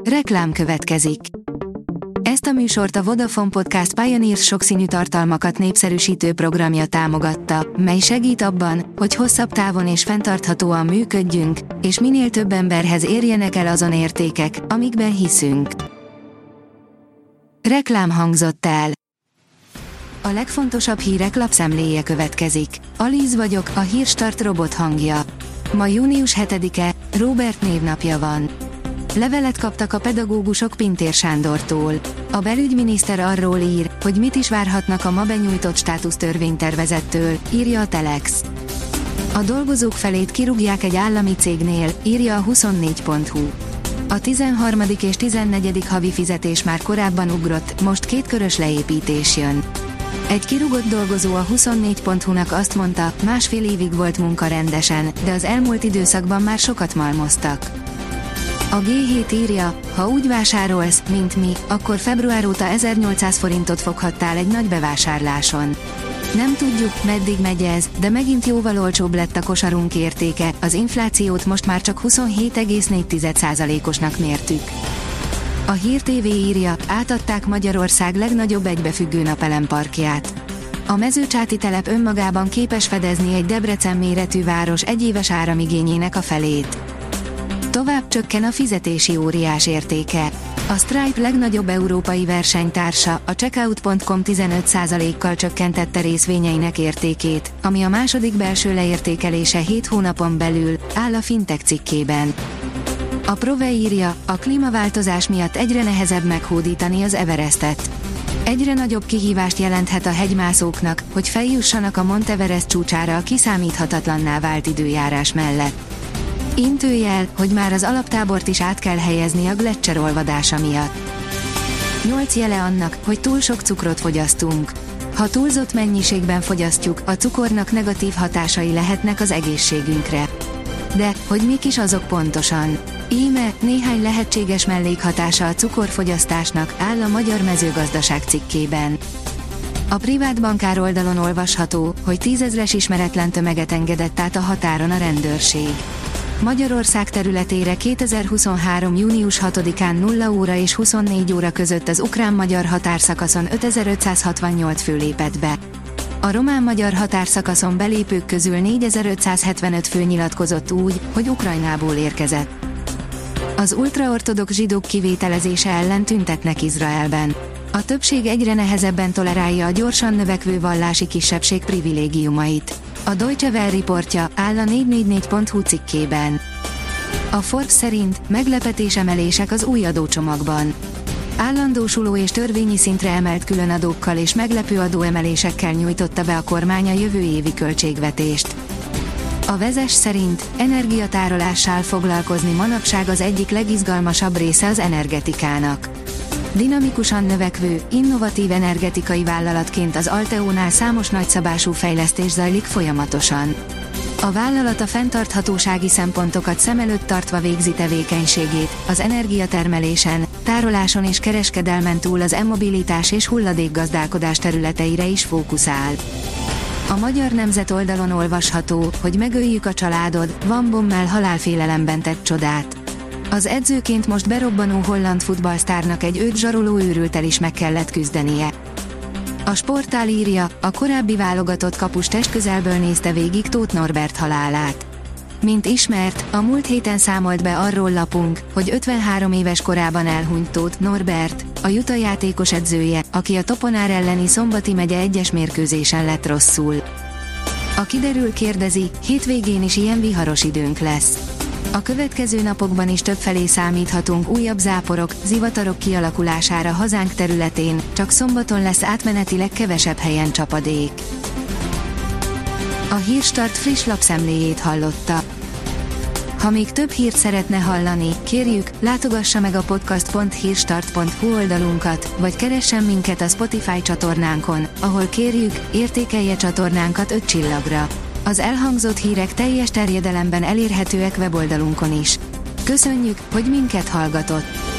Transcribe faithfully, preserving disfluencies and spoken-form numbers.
Reklám következik. Ezt a műsort a Vodafone Podcast Pioneers sokszínű tartalmakat népszerűsítő programja támogatta, mely segít abban, hogy hosszabb távon és fenntarthatóan működjünk, és minél több emberhez érjenek el azon értékek, amikben hiszünk. Reklám hangzott el. A legfontosabb hírek lapszemléje következik. Alíz vagyok, a Hírstart robot hangja. Ma június hetedike, Róbert névnapja van. Levelet kaptak a pedagógusok Pintér Sándortól. A belügyminiszter arról ír, hogy mit is várhatnak a ma benyújtott státusztörvénytervezettől, írja a Telex. A dolgozók felét kirúgják egy állami cégnél, írja a huszonnégy pont hu. A tizenharmadik és tizennegyedik havi fizetés már korábban ugrott, most kétkörös leépítés jön. Egy kirúgott dolgozó a huszonnégy pont hu-nak azt mondta, másfél évig volt munka rendesen, de az elmúlt időszakban már sokat malmoztak. A gé hét írja, ha úgy vásárolsz, mint mi, akkor február óta ezernyolcszáz forintot foghattál egy nagy bevásárláson. Nem tudjuk, meddig megy ez, de megint jóval olcsóbb lett a kosarunk értéke, az inflációt most már csak huszonhét egész négy százalékosnak mértük. A Hír té vé írja, átadták Magyarország legnagyobb egybefüggő napelemparkját. A mezőcsáti telep önmagában képes fedezni egy Debrecen méretű város egyéves áramigényének a felét. Tovább csökken a fizetési óriás értéke. A Stripe legnagyobb európai versenytársa, a Checkout pont com tizenöt százalékkal csökkentette részvényeinek értékét, ami a második belső leértékelése hét hónapon belül, áll a Fintech cikkében. A Prove írja, a klímaváltozás miatt egyre nehezebb meghódítani az Everestet. Egyre nagyobb kihívást jelenthet a hegymászóknak, hogy feljussanak a Mount Everest csúcsára a kiszámíthatatlanná vált időjárás mellett. Intőjel, hogy már az alaptábort is át kell helyezni a gleccser olvadása miatt. nyolc jele annak, hogy túl sok cukrot fogyasztunk. Ha túlzott mennyiségben fogyasztjuk, a cukornak negatív hatásai lehetnek az egészségünkre. De, hogy mik is azok pontosan? Íme, néhány lehetséges mellékhatása a cukorfogyasztásnak, áll a Magyar Mezőgazdaság cikkében. A privát bankár oldalon olvasható, hogy tízezres ismeretlen tömeget engedett át a határon a rendőrség. Magyarország területére kétezer-huszonhárom. június hatodikán nulla óra és huszonnégy óra között az ukrán-magyar határszakaszon ötezer-ötszázhatvannyolc fő lépett be. A román-magyar határszakaszon belépők közül négyezer-ötszázhetvenöt fő nyilatkozott úgy, hogy Ukrajnából érkezett. Az ultraortodox zsidók kivételezése ellen tüntetnek Izraelben. A többség egyre nehezebben tolerálja a gyorsan növekvő vallási kisebbség privilégiumait. A Deutsche Welle riportja, áll a négy négy négy pont hu cikkében. A Forbes szerint meglepetésemelések az új adócsomagban. Állandósuló és törvényi szintre emelt különadókkal és meglepő adóemelésekkel nyújtotta be a kormány a jövő évi költségvetést. A Vezes szerint energiatárolással foglalkozni manapság az egyik legizgalmasabb része az energetikának. Dinamikusan növekvő, innovatív energetikai vállalatként az Alteónál számos nagyszabású fejlesztés zajlik folyamatosan. A vállalat a fenntarthatósági szempontokat szem előtt tartva végzi tevékenységét, az energiatermelésen, tároláson és kereskedelmen túl az e-mobilitás és hulladékgazdálkodás területeire is fókuszál. A Magyar Nemzet oldalon olvasható, hogy megöljük a családod, Van Bommel halálfélelemben tett csodát. Az edzőként most berobbanó holland futballsztárnak egy őt zsaroló őrülttel is meg kellett küzdenie. A Sportál írja, a korábbi válogatott kapus testközelből nézte végig Tóth Norbert halálát. Mint ismert, a múlt héten számolt be arról lapunk, hogy ötvenhárom éves korában elhunyt Tóth Norbert, a Utah játékos edzője, aki a Toponár elleni Szombati megye egyes mérkőzésen lett rosszul. A Kiderül kérdezi, hétvégén is ilyen viharos időnk lesz. A következő napokban is többfelé számíthatunk újabb záporok, zivatarok kialakulására hazánk területén, csak szombaton lesz átmenetileg kevesebb helyen csapadék. A Hírstart friss lapszemléjét hallotta. Ha még több hírt szeretne hallani, kérjük, látogassa meg a podcast pont hírstart pont hu oldalunkat, vagy keressen minket a Spotify csatornánkon, ahol kérjük, értékelje csatornánkat öt csillagra. Az elhangzott hírek teljes terjedelemben elérhetőek weboldalunkon is. Köszönjük, hogy minket hallgatott!